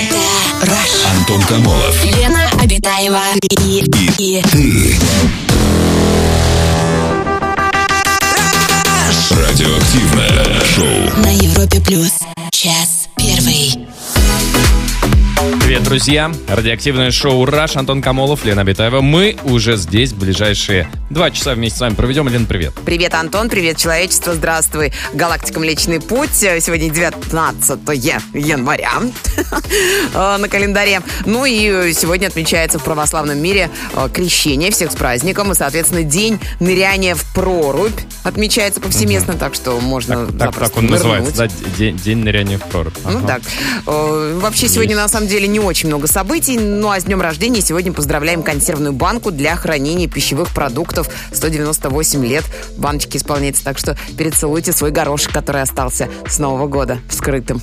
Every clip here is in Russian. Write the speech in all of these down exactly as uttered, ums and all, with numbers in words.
Это Rush. Антон Камолов, Лена Обитаева и, и, и ты. Радиоактивное шоу на Европе Плюс. Час первый. Привет, друзья! Радиоактивное шоу «Раш», Антон Камолов, Лена Обитаева. Мы уже здесь в ближайшие два часа вместе с вами проведем. Лен, привет! Привет, Антон, привет, человечество, здравствуй. Галактика Млечный Путь. Сегодня девятнадцатое января на календаре. Ну и сегодня отмечается в православном мире крещение, всех с праздником. И, соответственно, день ныряния в прорубь отмечается повсеместно, так что можно Так, так, так он нырнуть. называется, да? День, день ныряния в прорубь. Ну Ага. так. Э, Вообще сегодня на самом деле не очень много событий. Ну а с днем рождения сегодня поздравляем консервную банку для хранения пищевых продуктов. сто девяносто восемь лет баночке исполняется. Так что перецелуйте свой горошек, который остался с Нового года вскрытым.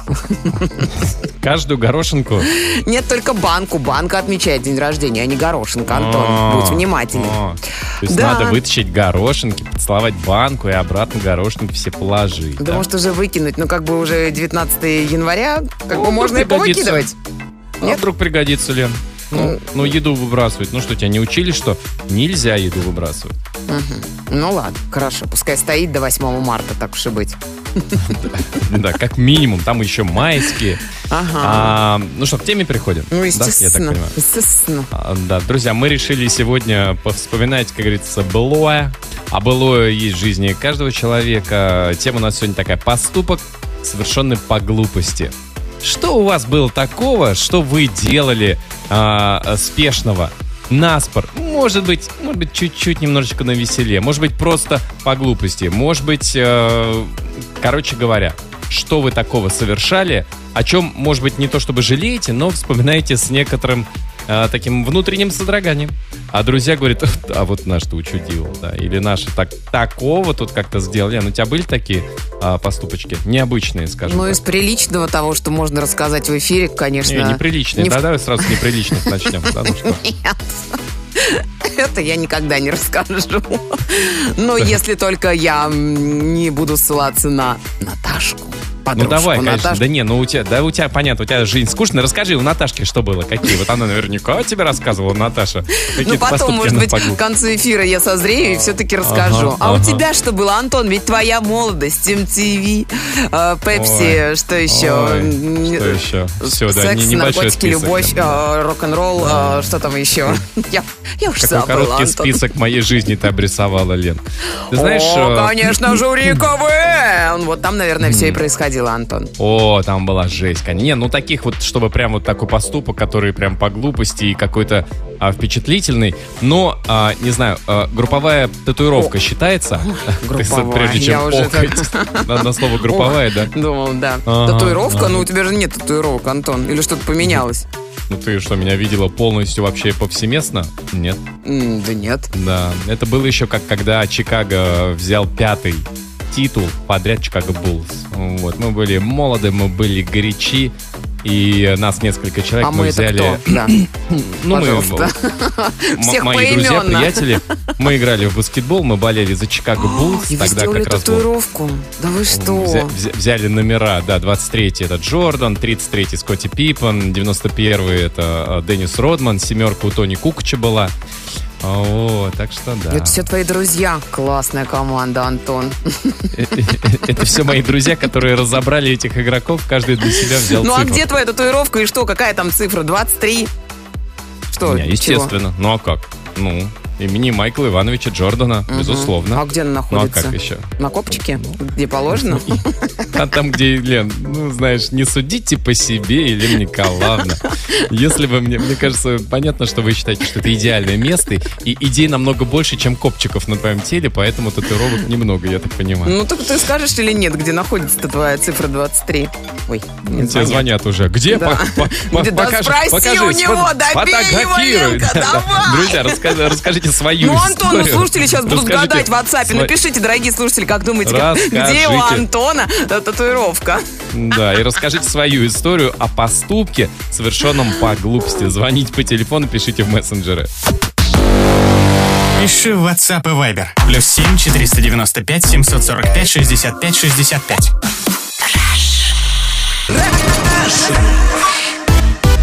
Каждую горошинку. Нет, только банку. Банка отмечает день рождения, а не горошинка, Антон. А, Будь внимательней. а. То есть Да. надо вытащить горошинки, поцеловать банку и обратно горошинки все положить. Да, Да, может уже выкинуть. Ну как бы уже девятнадцатое января, как Ну, бы можно и пригодится. повыкидывать. А Нет? вдруг пригодится, Лен? Ну, ну, еду выбрасывать. Ну что, тебя не учили, что нельзя еду выбрасывать? Мгм. Ну ладно, хорошо. Пускай стоит до восьмого марта, так уж и быть. Да, как минимум. Там еще майские. Ага. А, ну что, к теме переходим? Ну, Да, я так естественно. понимаю. Естественно. А, Да, друзья, мы решили сегодня повспоминать, как говорится, былое. А былое есть в жизни каждого человека. Тема у нас сегодня такая: поступок, совершенный по глупости. Что у вас было такого, что вы делали а, спешного, наспор? Может быть, может быть, чуть-чуть немножечко навеселее. Может быть, просто по глупости. Может быть, э, короче говоря, что вы такого совершали, о чем, может быть, не то чтобы жалеете, но вспоминаете с некоторым э, таким внутренним содроганием. А друзья говорят: а вот наш-то учудил, да, или наши так, такого тут как-то сделали. Ну, у тебя были такие э, поступочки? Необычные, скажем Ну, так. из приличного того, что можно рассказать в эфире, конечно... Не, неприличные. не в- Да, давай сразу с неприличных начнем. Да, ну что? Нет. Это я никогда не расскажу. Но если только я м, не буду ссылаться на Наташку. Ну Подружку давай, конечно. Наташку. Да не, ну у тебя, да у тебя понятно, у тебя жизнь скучная. Расскажи у Наташки, что было, какие. Вот она наверняка тебе рассказывала, Наташа. Ну Какие-то потом, поступки может она быть, по глупости. к концу эфира я созрею и все-таки расскажу. Ага, А у ага. тебя что было, Антон? Ведь твоя молодость, эм ти ви, э, Пепси, Ой, что еще? ой, М, что еще? Все, да, Секс, не- небольшой наркотики, список, любовь, да. э, рок-н-ролл, э, что там еще? Я, я уж Какой забыла, короткий Антон. список моей жизни ты обрисовала, Лен. Ты знаешь, О, э, конечно, жюри КВН! Вот там, наверное, все и происходило, Антон. О, там была жесть, конечно. Не, ну таких вот, чтобы прям вот такой поступок, который прям по глупости и какой-то а, впечатлительный. Но, а, не знаю, а, групповая татуировка считается? групповая, Прежде чем я уже охать. На на слово групповая, да? Думал, да. Ага, Татуировка? ага. Ну, у тебя же нет татуировок, Антон. Или что-то поменялось? Ну ты что, меня видела полностью вообще повсеместно? Нет. М, Да нет. Да, это было еще как когда Чикаго взял пятый титул подряд Чикаго Буллс. Вот, мы были молоды, мы были горячи, и нас несколько человек А мы мы это взяли. кто? Да. Ну, мы, Пожалуйста. м- Всех мои друзья, поименно. приятели, мы играли в баскетбол, мы болели за Чикаго Буллс. И вы Тогда сделали как раз был- татуировку? Да вы что? Взя- взя- взяли номера, да, двадцать третий это Джордан, тридцать третий Скотти Пиппен, девяносто первый это э, Деннис Родман, семерка у Тони Кукча была. О, так что да. Это все твои друзья. Классная команда, Антон. Это все мои друзья, которые разобрали этих игроков, каждый для себя взял Ну а цифру. где твоя татуировка и что? Какая там цифра? двадцать три? Что? У меня, чего? естественно. Ну а как? Ну, имени Майкла Ивановича Джордана, Мгм. безусловно. А где она Ну а находится? как еще? На копчике? Где положено? А там, где, Лен, ну, знаешь, не судите по себе, Елена Николаевна. Если бы мне, мне кажется, понятно, что вы считаете, что это идеальное место, и идей намного больше, чем копчиков на твоем теле, поэтому татуировок немного, я так понимаю. Ну, так ты скажешь или нет, где находится твоя цифра двадцать три? Ой, не Тебе звонят уже. Где? Да. По- по- Где? Да покажи, спроси покажи, у него, сфото- добей его, фотографируй. Ленка, Да, да. давай. Друзья, раска- расскажите свою Ну, Антон, ну, историю. слушатели сейчас будут Расскажите гадать в WhatsApp. сва- Напишите, дорогие слушатели, как думаете, как- где Расскажите. у Антона та- татуировка? Да, и расскажите свою историю о поступке, совершенном по глупости. Звоните по телефону, пишите в мессенджеры. Пиши в WhatsApp и Viber. Плюс семь четыреста девяносто пять семьсот сорок пять шестьдесят пять шестьдесят пять.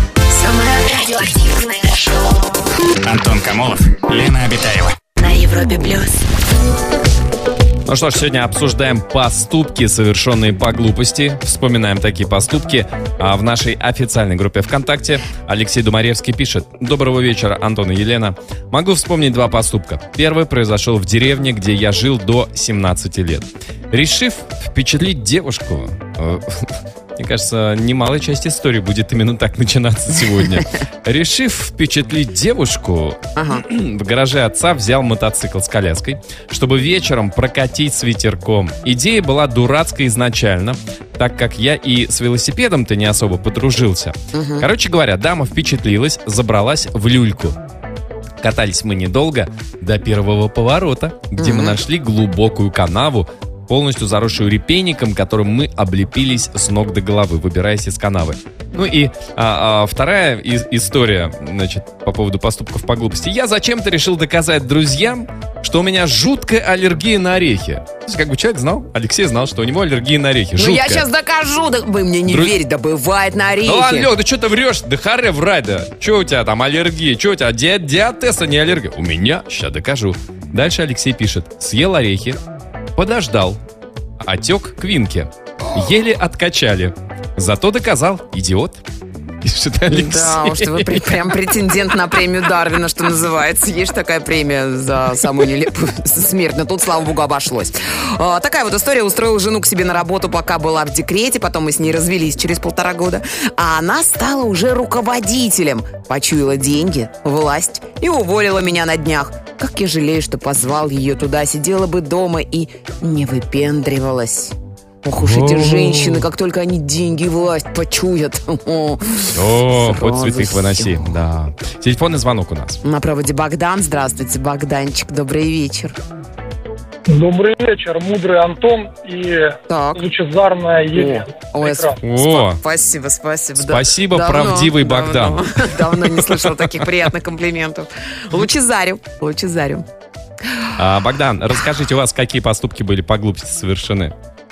Ну что ж, сегодня обсуждаем поступки, совершенные по глупости. Вспоминаем такие поступки а в нашей официальной группе ВКонтакте. Алексей Думаревский пишет: доброго вечера, Антон и Елена. Могу вспомнить два поступка. Первый произошел в деревне, где я жил до семнадцати лет. Решив впечатлить девушку... Мне кажется, немалая часть истории будет именно так начинаться сегодня. Решив впечатлить девушку, ага. в гараже отца взял мотоцикл с коляской, чтобы вечером прокатить с ветерком. Идея была дурацкая изначально, так как я и с велосипедом-то не особо подружился. Угу. Короче говоря, дама впечатлилась, забралась в люльку. Катались мы недолго, до первого поворота, где угу. мы нашли глубокую канаву, полностью заросшую репейником, которым мы облепились с ног до головы, выбираясь из канавы. Ну и а, а, вторая и, история, значит, по поводу поступков по глупости. Я зачем-то решил доказать друзьям, что у меня жуткая аллергия на орехи. То есть, как бы человек знал, Алексей знал, что у него аллергия на орехи. Жуткая. Ну я сейчас докажу, да вы мне не Друз... верите, да бывает на орехи. Да ладно, Лёх, да что ты врешь? Да харе врать, да. Че у тебя там аллергия? Че у тебя ди- диатез, а не аллергия? У меня? Сейчас докажу. Дальше Алексей пишет: съел орехи, подождал, отек к винке, еле откачали, зато доказал, идиот. Да уж, вы прям претендент на премию Дарвина, что называется. Есть такая премия за самую нелепую смерть, но тут, слава богу, обошлось. а, Такая вот история. Устроил жену к себе на работу, пока была в декрете. Потом мы с ней развелись через полтора года. А она стала уже руководителем. Почуяла деньги, власть и уволила меня на днях. Как я жалею, что позвал ее туда. Сидела бы дома и не выпендривалась. Ох уж эти женщины, как только они деньги и власть почуят. О, под святых выноси. Да. Телефонный звонок у нас. На проводе Богдан. Здравствуйте, Богданчик. Добрый вечер. Добрый вечер, мудрый Антон и так. лучезарная Елена. Ой, О. Спасибо, спасибо. Спасибо, да. правдивый давно, Богдан. Давно, давно не слышал таких приятных комплиментов. Лучезарю, лучезарю. А, Богдан, расскажите, у вас какие поступки были по глупости совершены?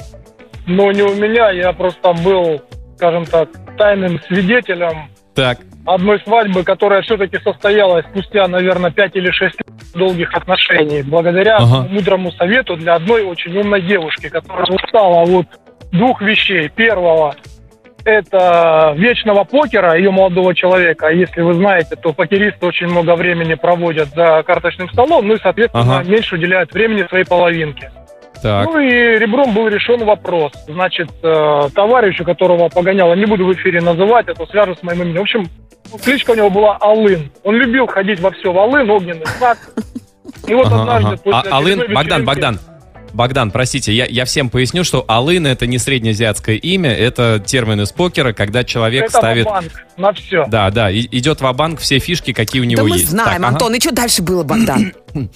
Ну, не у меня, я просто был, скажем так, тайным свидетелем так. одной свадьбы, которая все-таки состоялась спустя, наверное, пять или шесть долгих отношений, благодаря ага. мудрому совету для одной очень умной девушки, которая устала от двух вещей. Первого – это вечного покера ее молодого человека. Если вы знаете, то покеристы очень много времени проводят за карточным столом, ну и, соответственно, ага. меньше уделяют времени своей половинке. Так. Ну и ребром был решен вопрос. Значит, э, товарищу, которого погоняла, не буду в эфире называть, это свяжу с моим именем. В общем, кличка у него была Алын. Он любил ходить во все в Алын, огненный знак. И вот ага, однажды ага. после а, Алын, Богдан, Богдан, Богдан, простите, я, я всем поясню, что Алын — это не среднеазиатское имя, это термин из покера, когда человек это ставит... ва-банк на все. Да, да, и, идет ва-банк все фишки, какие у него да мы есть. знаем, так, Антон, ага. и что дальше было, Богдан?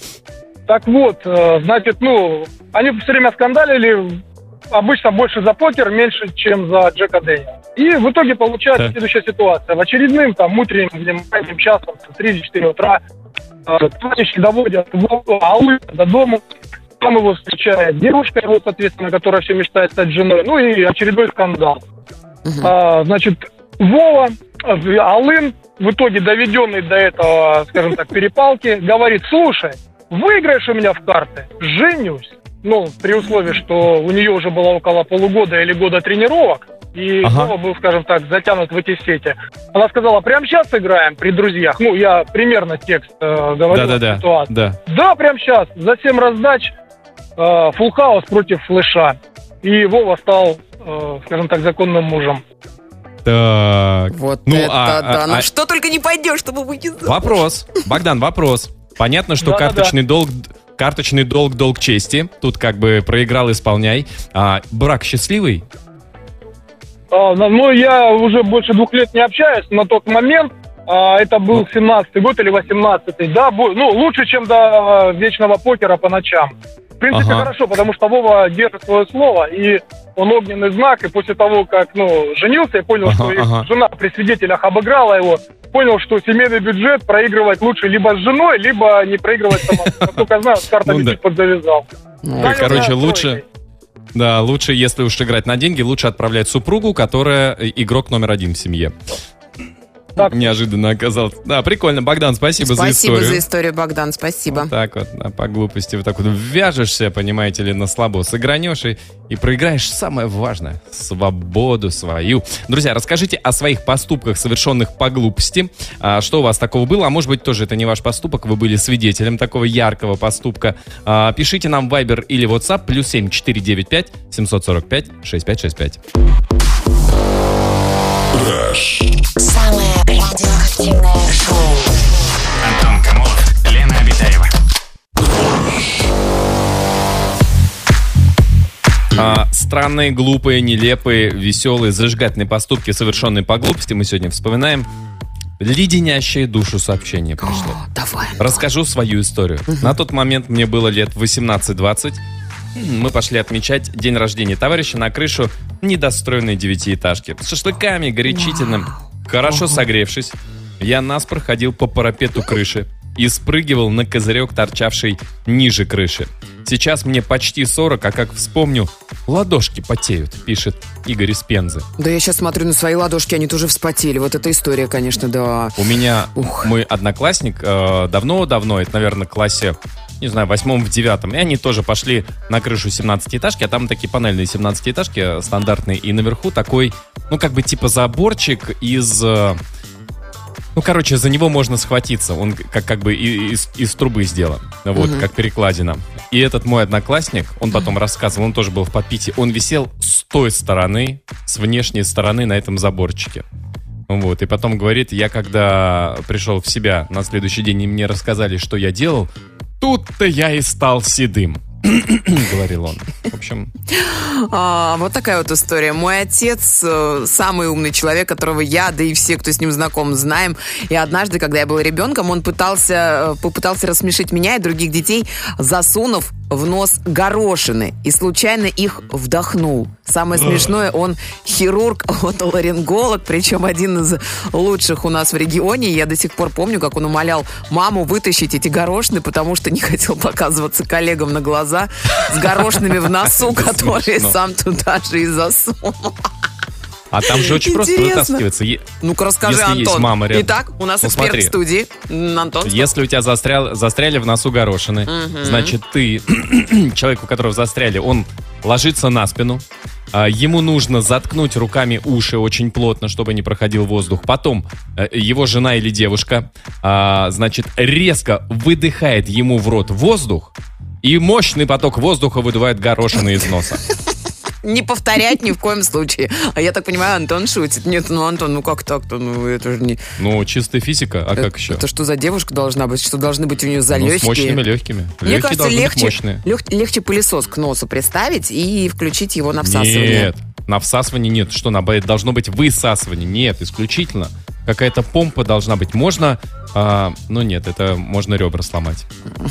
Так вот, значит, ну, они все время скандалили, обычно больше за покер, меньше, чем за Джека Дэниела. И в итоге получается да. следующая ситуация. В очередным, там, утренним часом, три-четыре утра, товарищи доводят Аллы до дома, там его встречает девушка, его, соответственно, которая все мечтает стать женой, ну и очередной скандал. Uh-huh. А, значит, Вова, Алын, в итоге доведенный до этого, скажем так, перепалки, говорит: слушай, выиграешь у меня в карты, женюсь. Ну, при условии, что у нее уже было около полугода или года тренировок, и ага. Вова был, скажем так, затянут в эти сети. Она сказала: прямо сейчас играем при друзьях. Ну, я примерно текст э, говорил о ситуации. Да, да. да, прямо сейчас. За семь раздач э, фулл-хаус против флеша. И Вова стал, э, скажем так, законным мужем. Так. Вот ну, это а, да. А, ну а... что только не пойдешь, чтобы выйти замуж. Вопрос. Богдан, вопрос. Понятно, что карточный долг... Карточный долг, долг чести. Тут как бы проиграл, исполняй. А брак счастливый? А, ну, я уже больше двух лет не общаюсь. На тот момент а, это был семнадцатый год или восемнадцатый. Да, ну, лучше, чем до вечного покера по ночам. В принципе, ага. хорошо, потому что Вова держит свое слово, и он огненный знак. И после того, как, ну, женился, я понял, ага, что ага. жена при свидетелях обыграла его. Понял, что семейный бюджет проигрывать лучше либо с женой, либо не проигрывать сама. Насколько знаю, с картами ну, да. подзавязал. Ну, да, короче, лучше, да, лучше, если уж играть на деньги, лучше отправлять супругу, которая игрок номер один в семье. Так. Неожиданно оказалось. Да, прикольно. Богдан, спасибо, Спасибо за историю. Спасибо за историю, Богдан, спасибо. Вот так вот, да, по глупости вот так вот вяжешься, понимаете ли, на слабо. Сыгранешь и, и проиграешь самое важное — свободу свою. Друзья, расскажите о своих поступках, совершенных по глупости. А, что у вас такого было? А может быть, тоже это не ваш поступок, вы были свидетелем такого яркого поступка. А, пишите нам в Viber или WhatsApp плюс семь четыре девять пять семьсот сорок пять шестьдесят пять шестьдесят пять. Самое радиоактивное шоу. Антон Камолов, Лена Обитаева. А, странные, глупые, нелепые, веселые, зажигательные поступки, совершенные по глупости, мы сегодня вспоминаем. Леденящее душу сообщение пришло. О, давай. Расскажу свою историю. Угу. На тот момент мне было лет восемнадцать-двадцать. Мы пошли отмечать день рождения товарища на крышу недостроенной девятиэтажки. С шашлыками, горячительным. Хорошо согревшись, я наспор ходил по парапету крыши и спрыгивал на козырек, торчавший ниже крыши. Сейчас мне почти сорок, а как вспомню, ладошки потеют, пишет Игорь из Пензы. Да я сейчас смотрю на свои ладошки, они тоже вспотели. Вот эта история, конечно, да. У меня Ух. мой одноклассник э, давно-давно, это, наверное, в классе, не знаю, восьмом, в девятом, и они тоже пошли на крышу семнадцатиэтажки, а там такие панельные семнадцатиэтажки стандартные, и наверху такой, ну, как бы типа заборчик из... Э, ну, короче, за него можно схватиться. Он как, как бы из, из трубы сделан. Вот, uh-huh. как перекладина. И этот мой одноклассник, он потом uh-huh. рассказывал, он тоже был в подпитии, он висел с той стороны, с внешней стороны на этом заборчике. Вот, и потом говорит, я когда пришел в себя на следующий день, и мне рассказали, что я делал, тут-то я и стал седым. Говорил он. В общем... А, вот такая вот история. Мой отец э, самый умный человек, которого я, да и все, кто с ним знаком, знаем. И однажды, когда я была ребенком, он пытался, попытался рассмешить меня и других детей, засунув в нос горошины и случайно их вдохнул. Самое смешное, он хирург, отоларинголог, причем один из лучших у нас в регионе. Я до сих пор помню, как он умолял маму вытащить эти горошины, потому что не хотел показываться коллегам на глаза с горошинами в носу, которые сам туда же и засунул. А там же очень просто вытаскивается. Ну-ка расскажи, если Антон. Есть мама рядом. Итак, у нас ну, эксперт смотри. в студии. Антон. Если у тебя застрял, застряли в носу горошины, uh-huh. значит, ты, человек, у которого застряли, он ложится на спину. Ему нужно заткнуть руками уши очень плотно, чтобы не проходил воздух. Потом его жена или девушка, значит, резко выдыхает ему в рот воздух, и мощный поток воздуха выдувает горошины из носа. Не повторять ни в коем случае. А я так понимаю, Антон шутит. Нет, ну, Антон, ну как так-то? Ну, это же не... Ну, чистая физика, а это, как еще? Это что за девушка должна быть? Что должны быть у нее за легкие? Ну, с мощными легкими. Мне Легкие кажется, должны легче, быть мощные. Лег, легче пылесос к носу приставить и включить его на всасывание. Нет, на всасывание нет. Что, на, должно быть высасывание? Нет, исключительно. Какая-то помпа должна быть. Можно... А, ну нет, это можно ребра сломать.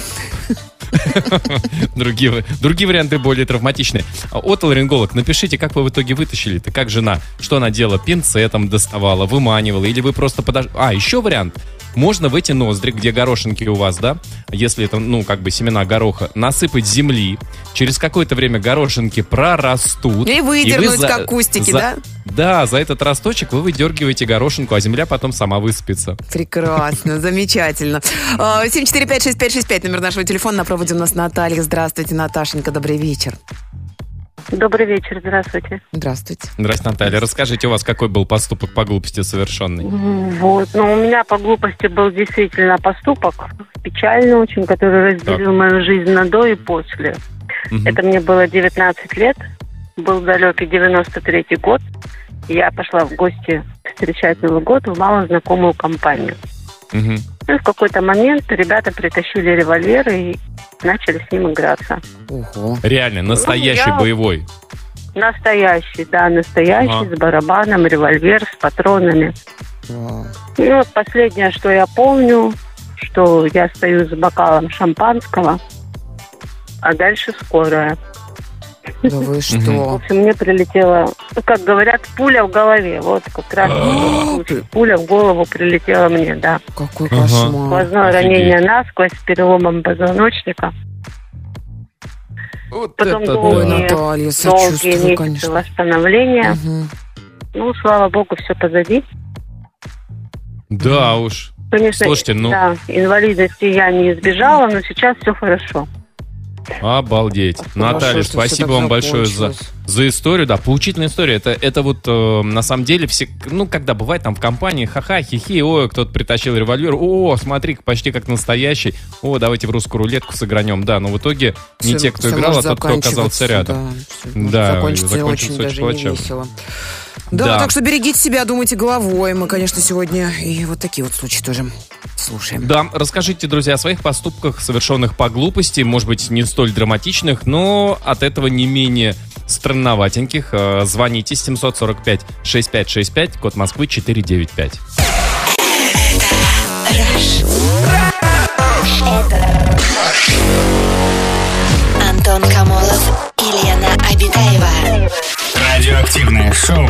Другие, другие варианты более травматичные. Отоларинголог, напишите, как вы в итоге вытащили. Ты как жена? Что она делала? Пинцетом доставала, выманивала? Или вы просто подождали? А, еще вариант. Можно в эти ноздри, где горошинки у вас, да, если это, ну, как бы семена гороха, насыпать земли. Через какое-то время горошинки прорастут. И выдернуть, и за, как кустики, за, да? Да, за этот росточек вы выдергиваете горошинку, а земля потом сама высыпется. Прекрасно, замечательно. семь четыре пять шесть пять шесть пять, номер нашего телефона. На проводе у нас Наталья. Здравствуйте, Наташенька, добрый вечер. Добрый вечер, здравствуйте. Здравствуйте. Здравствуйте, Наталья. Расскажите, у вас какой был поступок по глупости совершенный? Вот, ну, у меня по глупости был действительно поступок, печальный очень, который разделил так. мою жизнь на до и после. Угу. Это мне было девятнадцать лет, был далекий девяносто третий год. Я пошла в гости встречать Новый год в малознакомую компанию. Угу. И в какой-то момент ребята притащили револьвер и начали с ним играться. Ого. Реально, настоящий ну, я... боевой. Настоящий, да, настоящий, ага. с барабаном, револьвер, с патронами. Wow. И вот последнее, что я помню, что я стою с бокалом шампанского, а дальше скорая. Да вы что? В общем, мне прилетела, ну, как говорят, пуля в голове. Вот как раз пуля в голову прилетела мне, да. Какой кошмар. Сквозное ранение насквозь с переломом позвоночника. Вот Потом это долгие, да. Наталья, долгие месяцы конечно. восстановления. Угу. Ну, слава богу, все позади. Да уж. Конечно, Слушайте, ну... да, инвалидности я не избежала, но сейчас все хорошо. Обалдеть. Хорошо, Наталья, что спасибо всё так вам большое за, закончилось. за историю. Да, поучительная история. Это, это вот э, на самом деле все, ну, когда бывает там в компании, ха-ха, хихи, ой, кто-то притащил револьвер, о, смотри, почти как настоящий, о, давайте в русскую рулетку сыгранем. Да, но в итоге не Всё- те, кто всё играл, а может тот, кто оказался заканчиваться, рядом. Да, всё может Да, закончится закончится очень очень даже плачевно. невесело. Да, Да. так что берегите себя, думайте головой. Мы, конечно, сегодня и вот такие вот случаи тоже слушаем. Да, расскажите, друзья, о своих поступках, совершенных по глупости, может быть, не столь драматичных, но от этого не менее странноватеньких. Э, Звоните семь сорок пять шестьдесят пять шестьдесят пять, код Москвы четыреста девяносто пять. Антон Камолов и Лена Обитаева. Радиоактивное шоу.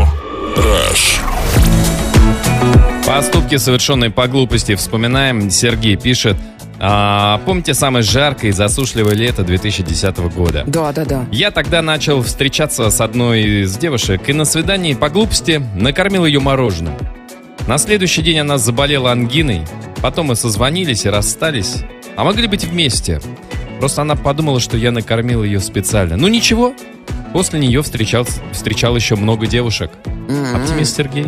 Поступки, совершенные по глупости, вспоминаем. Сергей пишет. А, помните самое жаркое и засушливое лето две тысячи десятого года? Да, да, да. Я тогда начал встречаться с одной из девушек и на свидании по глупости накормил ее мороженым. На следующий день она заболела ангиной, потом мы созвонились и расстались, а могли быть вместе. Просто она подумала, что я накормил ее специально. Ну ничего, после нее встречал, встречал еще много девушек. Оптимист Сергей.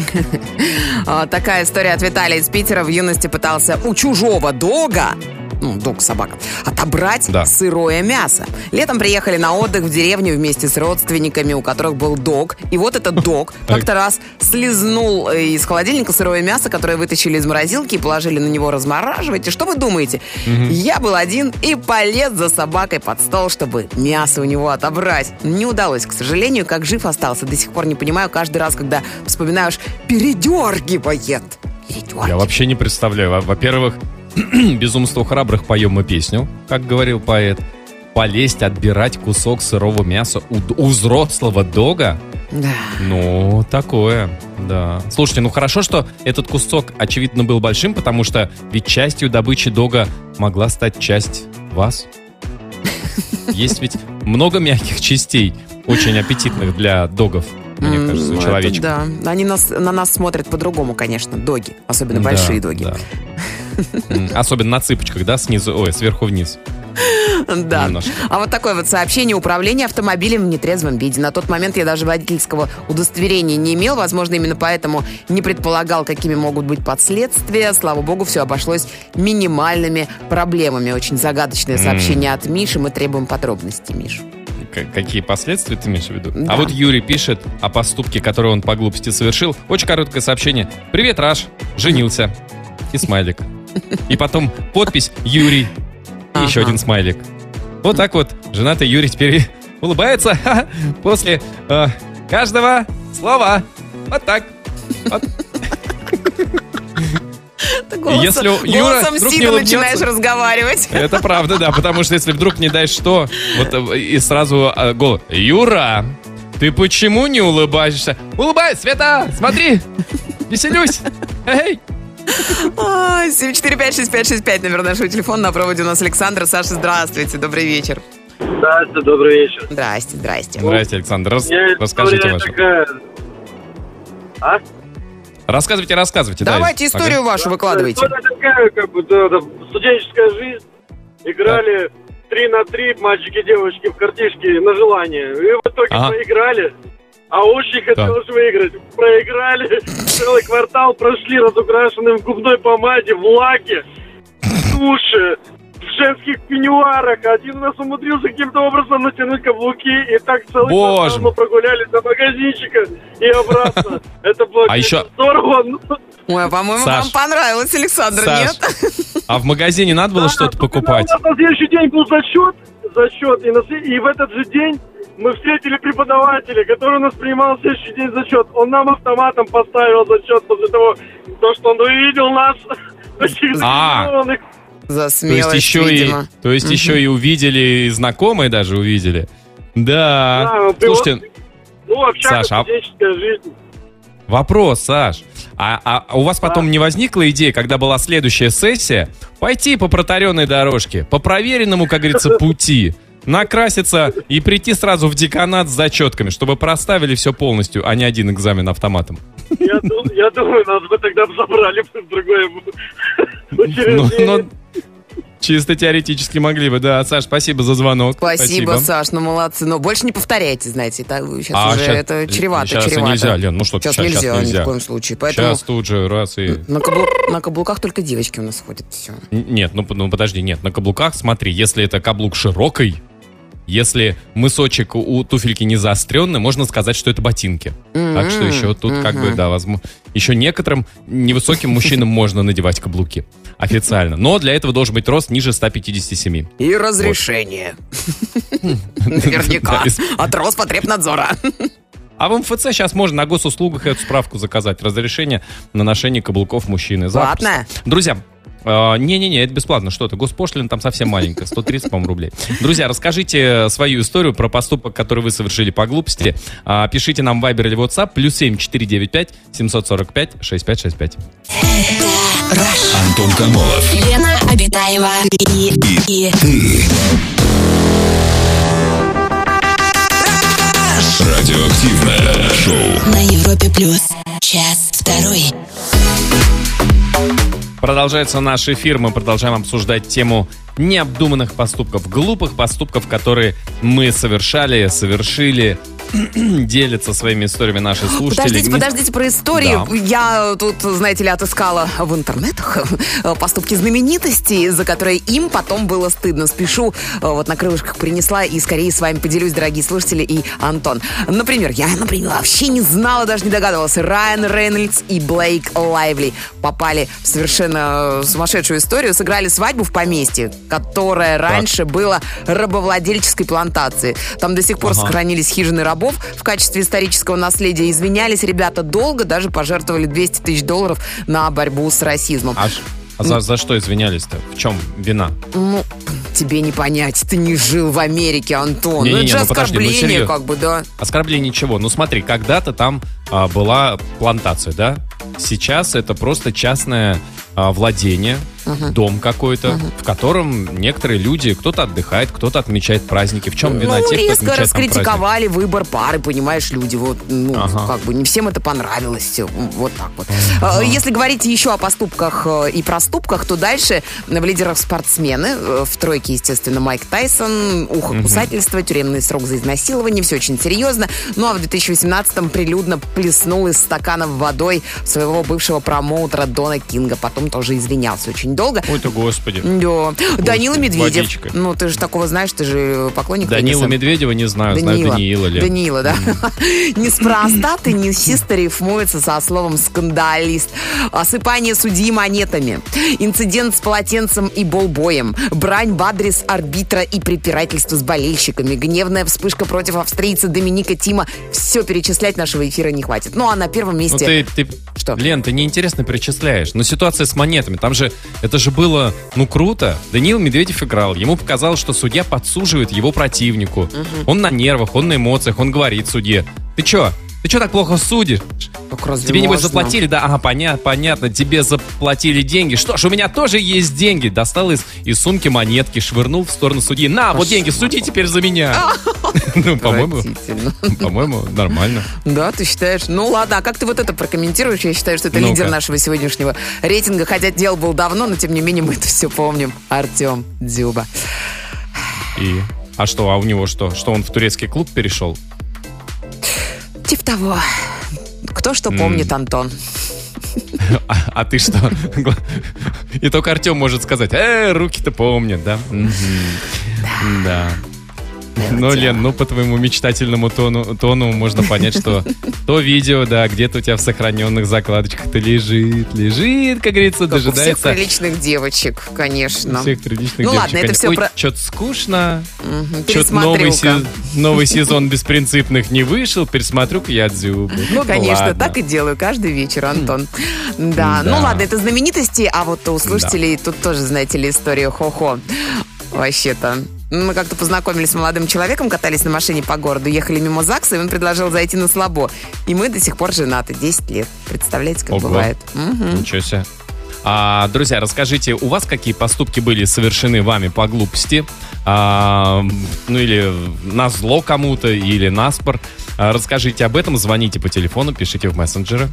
А, Такая история от Виталия из Питера. В юности пытался у чужого дога, ну, дог собака, отобрать Да. сырое мясо. Летом приехали на отдых в деревню вместе с родственниками, у которых был дог. И вот этот дог как-то раз слизнул э, из холодильника сырое мясо, которое вытащили из морозилки и положили на него размораживать. И что вы думаете? Я был один и полез за собакой под стол, чтобы мясо у него отобрать. Не удалось, к сожалению, как жив остался. До сих пор не понимаю, каждый раз, когда вспоминаешь, передергивает. Передергивает. Я вообще не представляю. Во- Во-первых, «Безумство храбрых» поем мы песню, как говорил поэт. Полезть, отбирать кусок сырого мяса у, д- у взрослого дога? Да. Ну, такое, да. Слушайте, ну хорошо, что этот кусок, очевидно, был большим, потому что ведь частью добычи дога могла стать часть вас. Есть ведь много мягких частей, очень аппетитных для догов, мне М, кажется, у ну, это человечка. Да, они нас, на нас смотрят по-другому, конечно, доги. Особенно Да, большие доги. да. М, Особенно на цыпочках, да, снизу, ой, сверху вниз. Да. Немножко. А вот такое вот сообщение: управление автомобилем в нетрезвом виде. На тот момент я даже водительского удостоверения не имел. Возможно, именно поэтому не предполагал, какими могут быть последствия. Слава богу, все обошлось минимальными проблемами. Очень загадочное сообщение от Миши. Мы требуем подробностей, Миш. К- Какие последствия ты имеешь в виду? Да. А вот Юрий пишет о поступке, который он по глупости совершил. Очень короткое сообщение. «Привет, Раш. Женился». И смайлик. И потом подпись «Юрий». И еще Ага. один смайлик. Вот так вот женатый Юрий теперь улыбается ха-ха, после э, каждого слова. Вот так. Вот. Ты голосом, Если у Юра голосом вдруг не Стига улыбнется- начинаешь разговаривать. Это правда, да, потому что если вдруг не дай что, вот э, и сразу э, голос. Юра, ты почему не улыбаешься? Улыбайся, Света, смотри, веселюсь. Эй. Ой, семь четыре пять шесть пять шесть пять, номер нашего телефона. На проводе у нас Александр. Саша, здравствуйте, добрый вечер. Здравствуйте, добрый вечер. Здрасте, здрасте. Здрасте, Александр, Рас- У меня расскажите история вашу. такая. А? Рассказывайте, рассказывайте. да. Давайте историю Ага. вашу выкладывайте. История такая, как бы, да, да, студенческая жизнь. Играли три на три мальчики и девочки в картишки на желание. И в итоге Ага. проиграли. А очень хотелось выиграть. Проиграли. Целый квартал прошли разукрашенным в губной помаде, в лаке, в душе, в женских пеньюарах. Один у нас умудрился каким-то образом натянуть каблуки. И так целый Боже квартал мы мой. прогулялись до магазинчика и обратно. Это было А конечно, еще- здорово. но- Ой, а по-моему, Саш. вам понравилось, Александр, Саш, нет? А в магазине надо было Да, что-то только покупать? У нас на следующий день был зачет, зачет, и, на след- и в этот же день мы встретили преподавателя, который у нас принимал в следующий день зачет. Он нам автоматом поставил зачет после того, то, что он увидел нас, таких А. заинтересованных. За То есть смелость, еще и, видимо. то есть еще и увидели, и знакомые даже увидели. Да. Да, ну, ты Слушайте, вот- Ну, общага, Саша, а- студенческая жизнь. вопрос, Саш. А, а у вас потом не возникла идея, когда была следующая сессия, пойти по протаренной дорожке, по проверенному, как говорится, пути, накраситься и прийти сразу в деканат с зачетками, чтобы проставили все полностью, а не один экзамен автоматом? Я, ду- я думаю, нас бы тогда б забрали в другое Ну, учреждение. ну, чисто теоретически могли бы, да. Саш, спасибо за звонок. Спасибо, Саш, ну молодцы. Но больше не повторяйте, знаете, так, сейчас А, уже щас- это чревато, щас и чревато. нельзя, Лен, ну что ты, Сейчас щас- щас нельзя, нельзя. ни в коем случае. Поэтому Сейчас тут же раз и... на, каблу- на каблуках только девочки у нас ходят, все. Н- Нет, ну, п- ну подожди, нет, на каблуках смотри, если это каблук широкий, если мысочек у туфельки не заостренный, можно сказать, что это ботинки. Так что еще тут как бы, да, возможно. Еще некоторым невысоким мужчинам можно надевать каблуки официально. Но для этого должен быть рост ниже сто пятьдесят семь. И разрешение. Наверняка. От Роспотребнадзора. А в МФЦ сейчас можно на госуслугах эту справку заказать. Разрешение на ношение каблуков мужчины. Запросто. Платное? Друзья, э, не-не-не, это бесплатно. Что ты? Госпошлина там совсем маленькая. сто тридцать, по-моему, рублей. Друзья, расскажите свою историю про поступок, который вы совершили по глупости. А, пишите нам в Viber или WhatsApp. Плюс семь четыре девять пять семьсот сорок пять шестьдесят пять шестьдесят пять. Антон Камолов. Лена Обитаева и, и, Радиоактивное шоу. на Европе плюс. Час второй. Продолжается наш эфир. Мы продолжаем обсуждать тему необдуманных поступков, глупых поступков, которые мы совершали, совершили. Делятся своими историями наши слушатели. Подождите, Не- подождите про истории. Да. Я тут, знаете ли, отыскала в интернетах поступки знаменитостей, за которые им потом было стыдно. Спешу, вот на крылышках принесла и скорее с вами поделюсь, дорогие слушатели и Антон. Например, я, например, вообще не знала, даже не догадывалась. Райан Рейнольдс и Блейк Лайвли попали в совершенно сумасшедшую историю. Сыграли свадьбу в поместье, которое раньше было рабовладельческой плантацией. Там до сих пор Ага. сохранились хижины рабов в качестве исторического наследия. Извинялись ребята долго, даже пожертвовали двести тысяч долларов на борьбу с расизмом. А, ш- а за, за что извинялись-то? В чем вина? Ну, тебе не понять, ты не жил в Америке, Антон. Не-не-не, ну, это же ну, подожди, ну, оскорбление, серьезно. как бы, да. Оскорбление чего? Ну смотри, когда-то там а, была плантация, да? Сейчас это просто частное а, владение, дом какой-то, в котором некоторые люди, кто-то отдыхает, кто-то отмечает праздники. В чем вина Ну, тех, кто резко отмечает там праздник? раскритиковали выбор пары, понимаешь, люди. Вот, ну, Ага. как бы не всем это понравилось. Все, вот так вот. А, Если говорить еще о поступках э, и проступках, то дальше в лидерах спортсмены. Э, В тройке, естественно, Майк Тайсон, ухо кусательство, тюремный срок за изнасилование. Все очень серьезно. Ну, а в две тысячи восемнадцатом прилюдно плеснул из стаканов водой своего бывшего промоутера Дона Кинга. Потом тоже извинялся очень долго. Ой, ты господи. Да. Данила Медведев. водичка. Ну, ты же такого знаешь, ты же поклонник Данила тенниса. Медведева не знаю, знаю Даниила. Лен. Даниила, да. Неспроста теннисисты рифмуются со словом «скандалист». Осыпание судьи монетами. Инцидент с полотенцем и болбоем. Брань в адрес арбитра и препирательство с болельщиками. Гневная вспышка против австрийца Доминика Тима. Все перечислять нашего эфира не хватит. Ну, а на первом Ну месте... ты, ты, Что? Лен, ты неинтересно перечисляешь. Но ситуация с монетами, там же, это же было, ну, круто. Даниил Медведев играл. Ему показалось, что судья подсуживает его противнику. Он на нервах, он на эмоциях, он говорит судье: ты чё? Ты чё так плохо судишь? Так разве Тебе, небось, можно? заплатили? Да, ага, понятно, понятно. Тебе заплатили деньги. Что ж, у меня тоже есть деньги. Достал из, из сумки монетки, швырнул в сторону судьи. На, вот деньги, суди теперь за меня. Ну, по-моему, Отвратительно. по-моему, нормально. Да, ты считаешь? Ну ладно, а как ты вот это прокомментируешь? Я считаю, что это Ну-ка. лидер нашего сегодняшнего рейтинга, хотя дело было давно, но тем не менее мы это все помним. Артем Дзюба. И... А что, а у него что? Что, он в турецкий клуб перешел? Типа того. Кто что помнит, Антон? А, а ты что? И только Артем может сказать: э, руки-то помнят, да? Мгм. Да. Ну, Лен, ну по твоему мечтательному тону, тону можно понять, что то видео, да, где-то у тебя в сохраненных закладочках-то лежит, лежит, как говорится, Как у всех дожидается приличных девочек, конечно. всех приличных Ну девочек. ладно, это Они, все ой, про- что-то скучно, Мгм, что-то новый, пересмотрю-ка. се- новый сезон беспринципных не вышел, пересмотрю-ка я Дзюбу. Ну, да Конечно, ладно. так и делаю каждый вечер, Антон. Да, Да. ну ладно, это знаменитости, а вот у слушателей тут тоже, знаете ли, история хо-хо. Вообще-то. Мы как-то познакомились с молодым человеком, катались на машине по городу, ехали мимо ЗАГСа, и он предложил зайти на слабо. И мы до сих пор женаты, десять лет. Представляете, как Ого. бывает? Мгм. Ничего себе. А, друзья, расскажите, у вас какие поступки были совершены вами по глупости? а, ну или назло кому-то, или наспор. А, расскажите об этом, звоните по телефону, пишите в мессенджеры.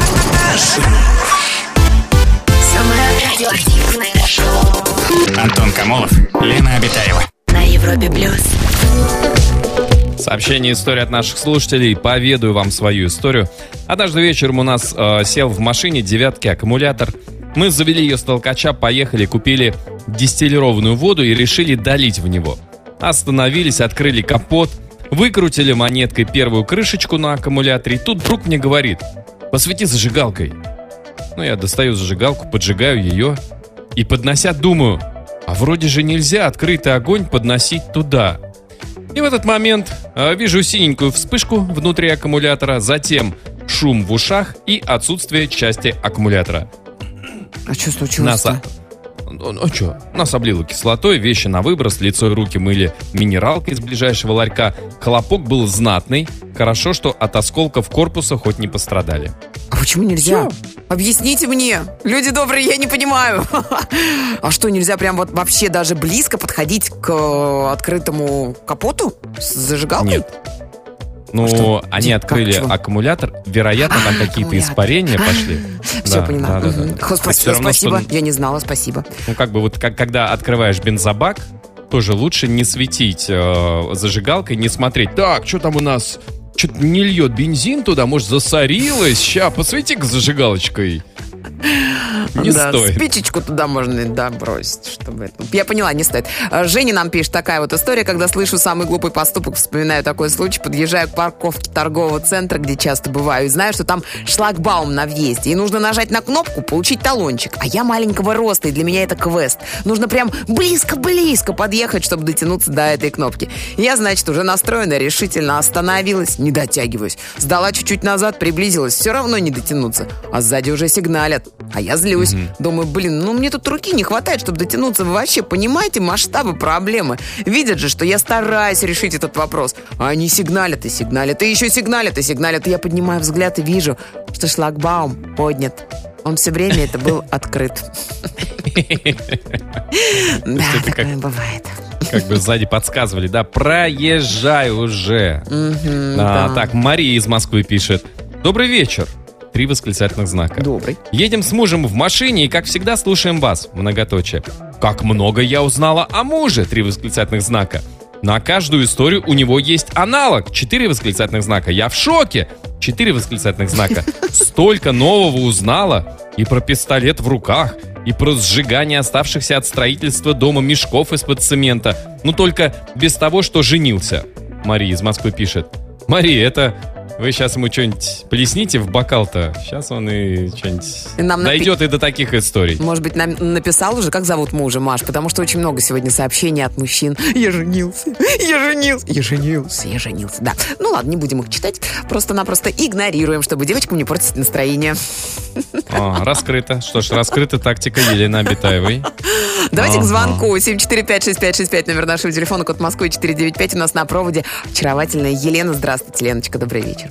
Антон Камолов, Лена Обитаева. На Европе Плюс. Сообщение, история от наших слушателей. Поведаю вам свою историю. Однажды вечером у нас э, сел в машине девятки аккумулятор. Мы завели ее с толкача, поехали, купили дистиллированную воду и решили долить в него. Остановились, открыли капот, выкрутили монеткой первую крышечку на аккумуляторе. И тут друг мне говорит: посвети зажигалкой. Ну, я достаю зажигалку, поджигаю ее и, поднося, думаю, а вроде же нельзя открытый огонь подносить туда. И в этот момент э, вижу синенькую вспышку внутри аккумулятора, затем шум в ушах и отсутствие части аккумулятора. А что случилось-то? Нас, ну, ну что, нас облило кислотой, вещи на выброс, лицо и руки мыли минералкой из ближайшего ларька. Хлопок был знатный. Хорошо, что от осколков корпуса хоть не пострадали. А почему нельзя? Все. Объясните мне. Люди добрые, я не понимаю. А что, нельзя прям вот вообще даже близко подходить к открытому капоту с зажигалкой? Нет. Ну, что? они Как, открыли чего? аккумулятор, вероятно, там А, какие-то аккумулятор. испарения пошли. Все, Да, поняла. да, да, Мгм. да. Хо, То есть спасибо, всё равно, спасибо. что- Я не знала, спасибо. Ну, как бы вот как, когда открываешь бензобак, тоже лучше не светить э, зажигалкой, не смотреть. Так, что там у нас? Что-то не льет бензин туда, может, засорилось? Ща, посвети-ка зажигалочкой. Не Да, стоит. спичечку туда можно, да, бросить, чтобы это... Я поняла, не стоит. А, Женя нам пишет такая вот история, когда слышу самый глупый поступок, вспоминаю такой случай, подъезжаю к парковке торгового центра, где часто бываю, и знаю, что там шлагбаум на въезде, и нужно нажать на кнопку, получить талончик. А я маленького роста, и для меня это квест. Нужно прям близко-близко подъехать, чтобы дотянуться до этой кнопки. Я, значит, уже настроена, решительно остановилась, не дотягиваюсь. Сдала чуть-чуть назад, приблизилась, все равно не дотянуться. А сзади уже сигналят. А я злюсь. Mm-hmm. Думаю, блин, ну мне тут руки не хватает, чтобы дотянуться. Вы вообще понимаете масштабы проблемы? Видят же, что я стараюсь решить этот вопрос. А они сигналят и сигналят, и еще сигналят и сигналят. И я поднимаю взгляд и вижу, что шлагбаум поднят. Он все время это был открыт. Да, такое бывает. Как бы сзади подсказывали, да, проезжай уже. Так, Мария из Москвы пишет: добрый вечер. Три восклицательных знака. Добрый. Едем с мужем в машине и, как всегда, слушаем вас. Многоточие. Как много я узнала о муже. Три восклицательных знака. На каждую историю у него есть аналог. Четыре восклицательных знака. Я в шоке. Четыре восклицательных знака. Столько нового узнала. И про пистолет в руках, и про сжигание оставшихся от строительства дома мешков из-под цемента. Ну, только без того, что женился. Мария из Москвы пишет: Мария, это... Вы сейчас ему что-нибудь плесните в бокал-то. Сейчас он и что-нибудь Нам дойдет напи- и до таких историй. Может быть, нам написал уже, как зовут мужа, Маш? Потому что очень много сегодня сообщений от мужчин. Я женился, я женился, я женился, я женился. Да. Ну ладно, не будем их читать. Просто-напросто игнорируем, чтобы девочкам не портить настроение. А, раскрыто. Что ж, раскрыта тактика Елены Обитаевой. Давайте Ага. к звонку. семь четыре пять шесть пять шесть пять, номер нашего телефона, код Москвы четыре девять пять. У нас на проводе очаровательная Елена. Здравствуйте, Леночка, добрый вечер.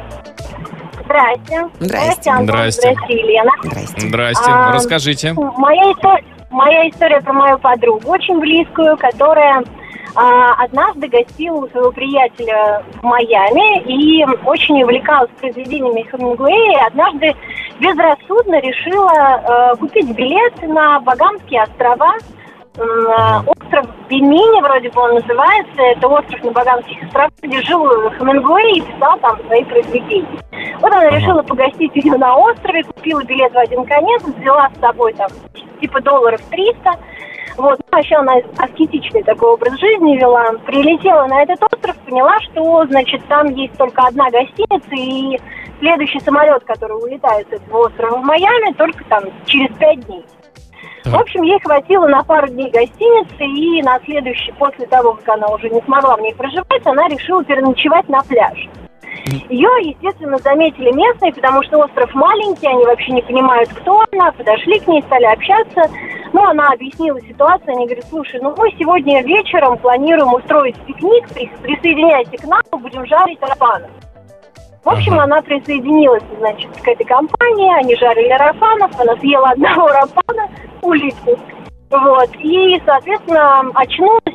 Здрасте. Здрасте. Антон. Здрасте. Здрасте, Елена. Здрасте. Здрасте, А, расскажите. Моя история, моя история про мою подругу, очень близкую, которая а, однажды гостила у своего приятеля в Майами и очень увлекалась произведениями Хемингуэя. И однажды безрассудно решила а, купить билет на Багамские острова. М, Остров Бимини, вроде бы он называется. Это остров на Багамских островах, где жил Хемингуэй и писал там свои произведения. Вот она Ага. решила погостить у нее на острове, купила билет в один конец, взяла с собой там типа долларов триста. Вот, ну, вообще она аскетичный такой образ жизни вела. Прилетела на этот остров, поняла, что, значит, там есть только одна гостиница, и следующий самолет, который улетает с этого острова в Майами, только там через пять дней. В общем, ей хватило на пару дней гостиницы, и на следующий, после того, как она уже не смогла в ней проживать, она решила переночевать на пляж. Ее, естественно, заметили местные, потому что остров маленький, они вообще не понимают, кто она, подошли к ней, стали общаться. Ну, она объяснила ситуацию, они говорят: слушай, ну мы сегодня вечером планируем устроить пикник, присоединяйся к нам, мы будем жарить рапанов. В общем, ага. она присоединилась, значит, к этой компании, они жарили рапанов, она съела одного рапана, улитку. Вот, и, соответственно, очнулась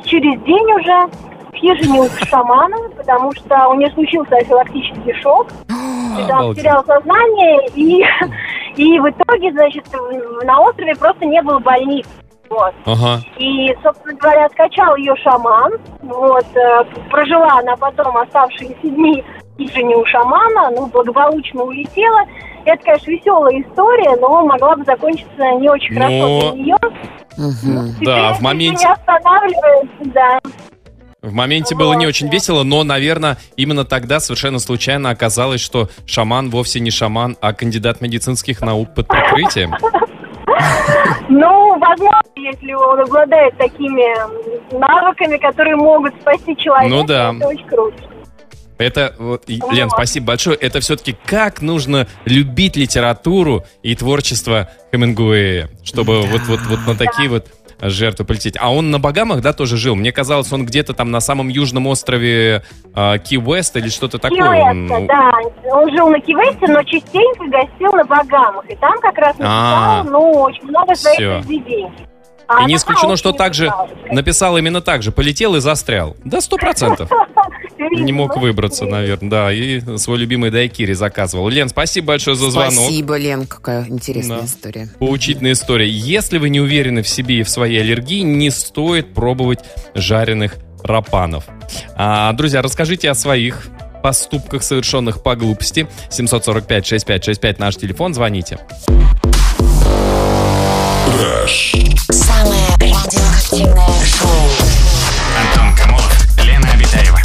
через день уже в хижине у шамана, потому что у нее случился анафилактический шок. Она потеряла сознание, и, и в итоге, значит, на острове просто не было больниц. Вот. Ага. И, собственно говоря, скачал ее шаман. Вот, прожила она потом оставшиеся дни в хижине у шамана, ну, благополучно улетела. Это, конечно, веселая история, но могла бы закончиться не очень хорошо но... для нее. Угу. Да, в моменте... Не останавливается, да. В моменте было не очень весело, но, наверное, именно тогда совершенно случайно оказалось, что шаман вовсе не шаман, а кандидат медицинских наук под прикрытием. Ну, возможно, если он обладает такими навыками, которые могут спасти человека, ну, да. это очень круто. Это, Лен, спасибо большое. Это все-таки как нужно любить литературу и творчество Хемингуэя, чтобы да. вот, вот, вот на такие да. вот жертвы полететь. А он на Багамах, да, тоже жил? Мне казалось, он где-то там на самом южном острове э, Ки-Уэст или что-то такое. Ки-Уэста, он... да. Он жил на Ки-Уэсте, но частенько гостил на Багамах. И там как раз написал, ну, очень много своих произведений. И не исключено, что так же написал именно так же. Полетел и застрял. Да, сто процентов. Не мог выбраться, наверное. Да, и свой любимый дайкири заказывал. Лен, спасибо большое за звонок. Спасибо, Лен, какая интересная да. история. Поучительная история. Если вы не уверены в себе и в своей аллергии, не стоит пробовать жареных рапанов. А, друзья, расскажите о своих поступках, совершенных по глупости. семь сорок пять шестьдесят пять шестьдесят пять наш телефон, звоните. Самое радиоактивное шоу. Антон Камолов, Лена Обитаева.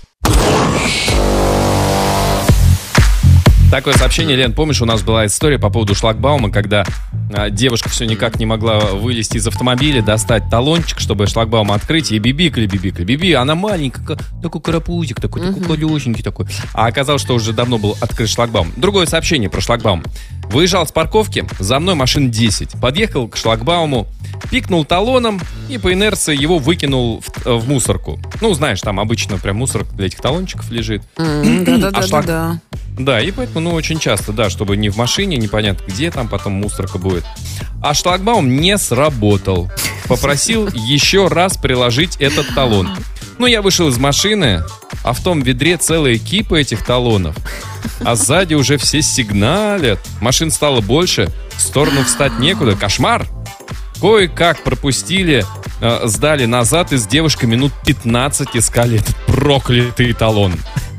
Такое сообщение, Лен, помнишь, у нас была история по поводу шлагбаума, когда а, девушка все никак не могла вылезти из автомобиля, достать талончик, чтобы шлагбаум открыть, и бибикали, бибикали, биби, она маленькая, такой карапузик, такой, uh-huh. такой колесенький такой. А оказалось, что уже давно был открыт шлагбаум. Другое сообщение про шлагбаум. Выезжал с парковки, за мной машин десять. Подъехал к шлагбауму, пикнул талоном и по инерции его выкинул в, в мусорку. Ну, знаешь, там обычно прям мусорка для этих талончиков лежит. Да-да-да. А шлаг... да. Да, и поэтому, ну, очень часто, да, чтобы не в машине, непонятно где там потом мусорка будет. А шлагбаум не сработал. Попросил еще раз приложить этот талон. Ну, я вышел из машины, а в том ведре целая кипа этих талонов. А сзади уже все сигналят. Машин стало больше, в сторону встать некуда. Кошмар! Кое-как пропустили, э, сдали назад, и с девушкой минут пятнадцать искали этот проклятый талон.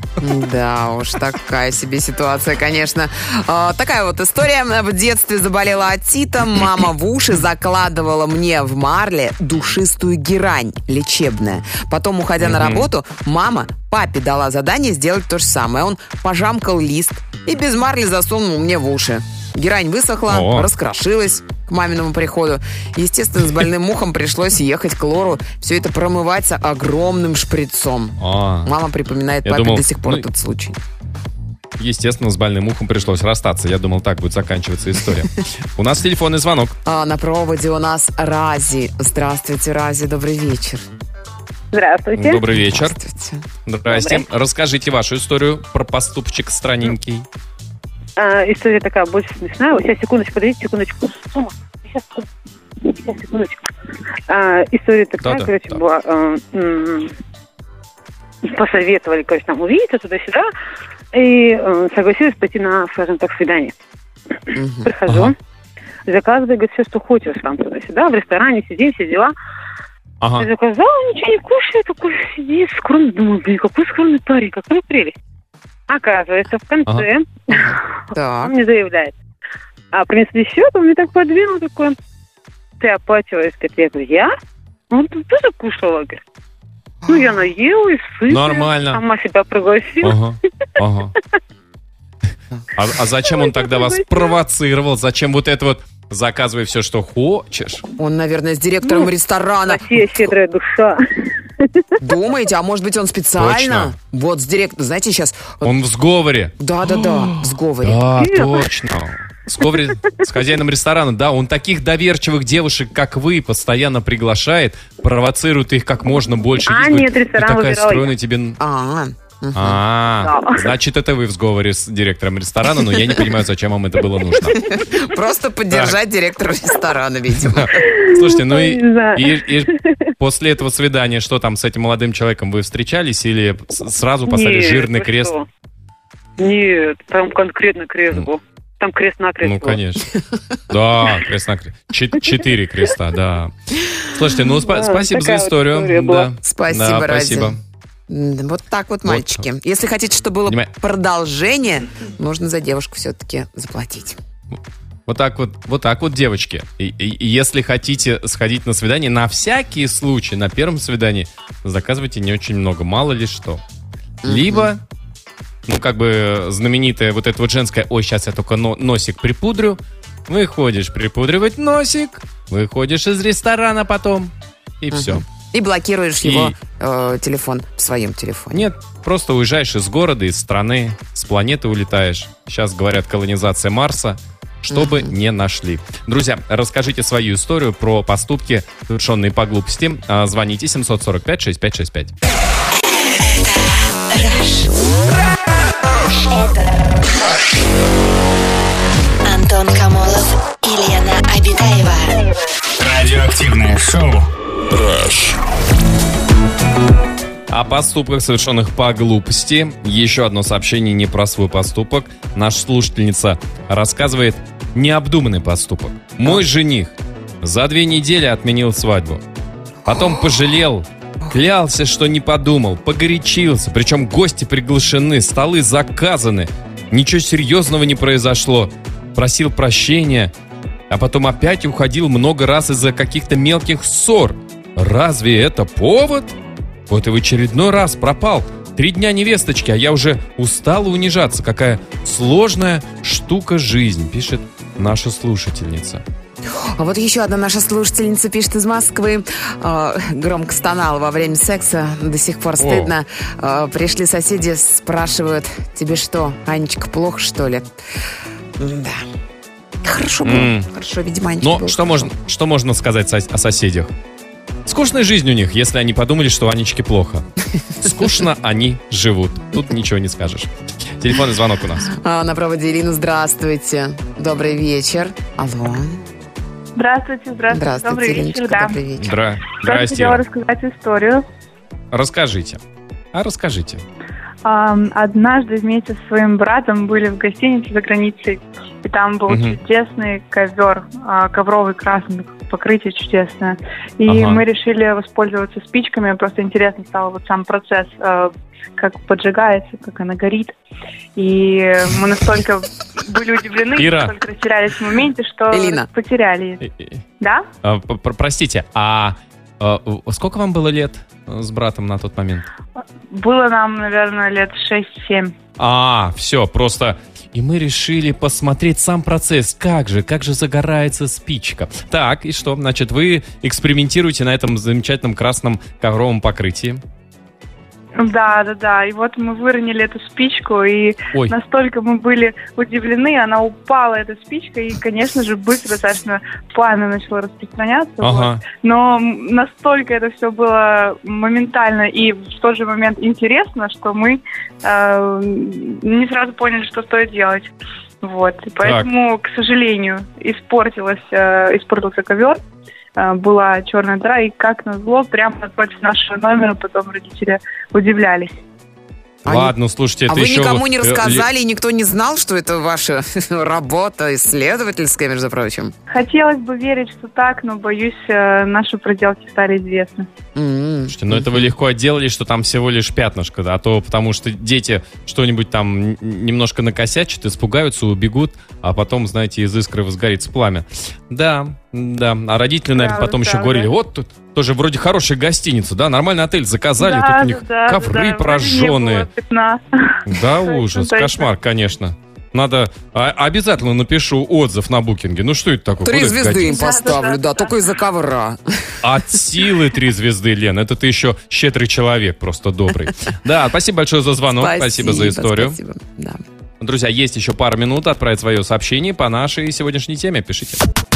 Да уж, такая себе ситуация, конечно. А, такая вот история. В детстве заболела отитом. Мама в уши закладывала мне в марле душистую герань лечебная. Потом, уходя mm-hmm. на работу, мама папе дала задание сделать то же самое. Он пожамкал лист и без марли засунул мне в уши. Герань высохла, О. раскрошилась к маминому приходу. Естественно, с больным ухом пришлось ехать к лору, все это промываться огромным шприцом. А. Мама припоминает Я папе думал, до сих пор ну, этот случай. Естественно, с больным ухом пришлось расстаться. Я думал, так будет заканчиваться история. У нас телефонный звонок. А, на проводе у нас Рази. Здравствуйте, Рази, добрый вечер. Здравствуйте. Добрый вечер. Здравствуйте. Здрасте. Добрый. Расскажите вашу историю про поступчик странненький. А, история такая больше смешная. Сейчас, секундочку, подождите, секундочку. Сейчас, сейчас секундочку. А, история такая, да, короче, да. была. А, м- посоветовали, короче, там увидеться туда-сюда. И а, согласилась пойти на, скажем так, свидание. Угу. Прихожу, ага. заказываю, говорит, все, что хочешь, там туда-сюда, в ресторане сидим, все дела. Ага. Я заказала, ничего не кушаю, такой сидит, скромный, думаю, блин, какой скромный парень, какая прелесть. Оказывается, в конце ага. он мне заявляет, а принесли счет, он мне так подвинул, такой, ты оплачиваешь, говорит, я говорю, я? Он тоже кушала, говорит. Ну, я наелась, сытая. Нормально. Сама себя пригласила. Ага, ага. А, а зачем он тогда вас провоцировал? Зачем вот это вот заказывай все, что хочешь? Он, наверное, с директором ну, ресторана. Россия щедрая душа. Думаете, а может быть он специально? Точно. Вот с директором, знаете, сейчас... Он в сговоре. Да-да-да, в сговоре. Да, точно. В сговоре с хозяином ресторана. Да, он таких доверчивых девушек, как вы, постоянно приглашает, провоцирует их как можно больше. А, Видишь, нет, говорит, ресторан ты такая выбирала стройная, тебе... А, А, значит, это вы в сговоре с директором ресторана, но я не понимаю, зачем вам это было нужно. Просто поддержать директора ресторана, видимо. Слушайте, ну и после этого свидания, что там с этим молодым человеком, вы встречались или сразу поставили жирный крест? Нет, там конкретно крест был. Там крест на крест. Ну, конечно. Да, крест на крест. Четыре креста, да. Слушайте, ну спасибо за историю. Спасибо, Ради. Вот так вот, мальчики. Вот. Если хотите, чтобы было Понимаю. продолжение, нужно за девушку все-таки заплатить. Вот так вот, вот так вот, девочки. И, и, и если хотите сходить на свидание, на всякий случай, на первом свидании, заказывайте не очень много, мало ли что. Mm-hmm. Либо, ну, как бы знаменитая вот эта вот женская, ой, сейчас я только но, носик припудрю. Выходишь припудривать носик, выходишь из ресторана потом, и mm-hmm. все. И блокируешь и... его э, телефон в своем телефоне. Нет, просто уезжаешь из города, из страны, с планеты улетаешь. Сейчас говорят, колонизация Марса, чтобы mm-hmm. не нашли. Друзья, расскажите свою историю про поступки, совершенные по глупости. Звоните семь сорок пять шестьдесят пять шестьдесят пять. Антон Камолов и Лена Обитаева. Радиоактивное шоу. Rush. О поступках, совершенных по глупости. Еще одно сообщение не про свой поступок. Наша слушательница рассказывает необдуманный поступок. Мой жених за две недели отменил свадьбу. Потом пожалел, клялся, что не подумал, погорячился. Причем гости приглашены, столы заказаны. Ничего серьезного не произошло. Просил прощения, а потом опять уходил много раз из-за каких-то мелких ссор. Разве это повод? Вот и в очередной раз пропал. Три дня невесточки, а я уже устала унижаться. Какая сложная штука жизнь, пишет наша слушательница. А вот еще одна наша слушательница пишет из Москвы. Э, громко стонала во время секса, до сих пор стыдно. Э, пришли соседи, спрашивают: тебе что, Анечка, плохо, что ли? Да. Хорошо было. Mm. Хорошо, видимо, Анечка Но было что можно, что можно сказать о соседях? Скучная жизнь у них, если они подумали, что Анечке плохо. Скучно они живут. Тут ничего не скажешь. Телефонный звонок у нас. А, на проводе Ирина. Здравствуйте. Добрый вечер. Алло. Здравствуйте, здравствуйте. Здравствуйте, добрый Ириночка, вечер, да. Добрый вечер. Здра... Я Здрасте. хотела рассказать историю. Расскажите. А расскажите. Однажды вместе со своим братом были в гостинице за границей, и там был угу. чудесный ковер, ковровый красный, покрытие чудесное. И ага. мы решили воспользоваться спичками, просто интересно стало вот сам процесс, как поджигается, как она горит. И мы настолько были удивлены, Ира. настолько растерялись в моменте, что Элина. потеряли. Да? А, простите, а, а сколько вам было лет с братом на тот момент? Было нам, наверное, лет шесть-семь. А, все, просто... И мы решили посмотреть сам процесс. Как же, как же загорается спичка. Так, и что? Значит, вы экспериментируете на этом замечательном красном ковровом покрытии. Да, да, да. И вот мы выронили эту спичку, и Ой. настолько мы были удивлены, она упала, эта спичка, и, конечно же, быстро достаточно пламя начало распространяться. Ага. Вот. Но настолько это все было моментально и в тот же момент интересно, что мы э, не сразу поняли, что стоит делать. Вот. И поэтому, так. к сожалению, испортилась, э, испортился ковер. Была черная дыра, и как назло, прямо напротив нашего номера потом родители удивлялись. Ладно, слушайте, это а еще... А вы никому вот... не рассказали, и никто не знал, что это ваша работа исследовательская, между прочим? Хотелось бы верить, что так, но, боюсь, наши проделки стали известны. Mm-hmm. Слушайте, ну это вы легко отделали, что там всего лишь пятнышко, а то потому что дети что-нибудь там немножко накосячат, испугаются, убегут, а потом, знаете, из искры возгорится пламя. Да, да. А родители, наверное, правда, потом еще правда. говорили, вот тут тоже вроде хорошая гостиница, да, нормальный отель заказали, да, тут у них да, ковры да, прожженные. Да, ужас, кошмар, конечно. Надо, а, обязательно напишу отзыв на букинге. Ну что это такое? Три Куда звезды им годится? поставлю, да, только из-за ковра. От силы три звезды, Лен. Это ты еще щедрый человек, просто добрый. Да, спасибо большое за звонок, спасибо, спасибо за историю. Спасибо, да. Друзья, есть еще пару минут отправить свое сообщение по нашей сегодняшней теме. Пишите.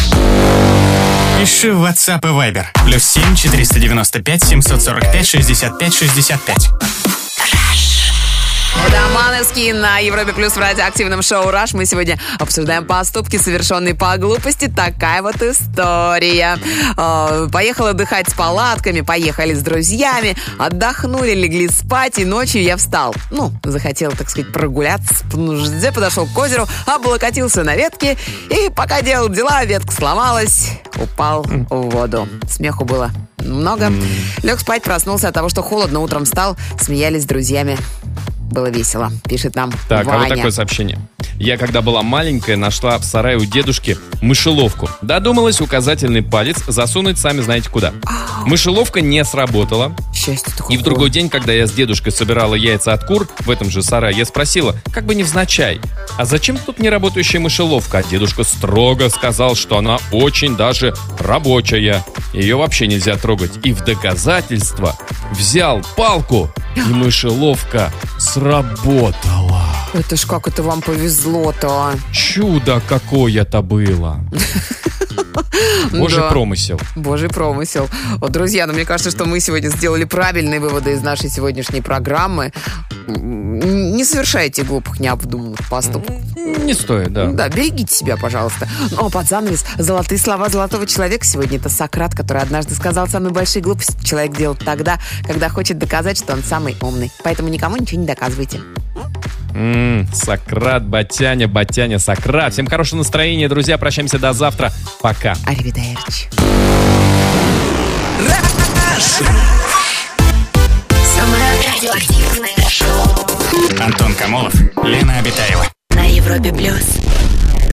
Пиши в WhatsApp и Viber. Плюс семь четыреста девяносто пять семьсот сорок пять шестьдесят пять шестьдесят пять. Домановский на Европе Плюс в радиоактивном шоу «Раш». Мы сегодня обсуждаем поступки, совершенные по глупости. Такая вот история. Поехала отдыхать с палатками, поехали с друзьями, отдохнули, легли спать, и ночью я встал. Ну, захотел, так сказать, прогуляться по нужде, подошел к озеру, облокотился на ветке, и пока делал дела, ветка сломалась, упал в воду. Смеху было много. Лег спать, проснулся от того, что холодно, утром встал, смеялись с друзьями. Было весело, пишет нам Так, Ваня. а вот такое сообщение. Я, когда была маленькая, нашла в сарае у дедушки мышеловку. Додумалась указательный палец засунуть сами знаете куда. Мышеловка не сработала. И в другой день, когда я с дедушкой собирала яйца от кур в этом же сарае, я спросила, как бы невзначай, а зачем тут не работающая мышеловка? А дедушка строго сказал, что она очень даже рабочая. Ее вообще нельзя трогать. И в доказательство взял палку, и мышеловка сработала. Это ж как это вам повезло-то. Чудо какое-то было. Божий Да. промысел. Божий промысел. Вот, друзья, ну мне кажется, что мы сегодня сделали правильные выводы из нашей сегодняшней программы. М, Не совершайте глупых, необдуманных поступков. Не стоит, да. Да, берегите себя, пожалуйста. О, под занавес, золотые слова золотого человека сегодня. Это Сократ, который однажды сказал: самые большие глупости человек делает тогда, когда хочет доказать, что он самый умный. Поэтому никому ничего не доказывайте. М, Сократ, Батяня, Батяня, Сократ. Всем хорошего настроения, друзья. Прощаемся до завтра. Пока. Аривидерчи. Самое радиоактивное шоу Антон Камолов, Лена Обитаева. на Европе Плюс.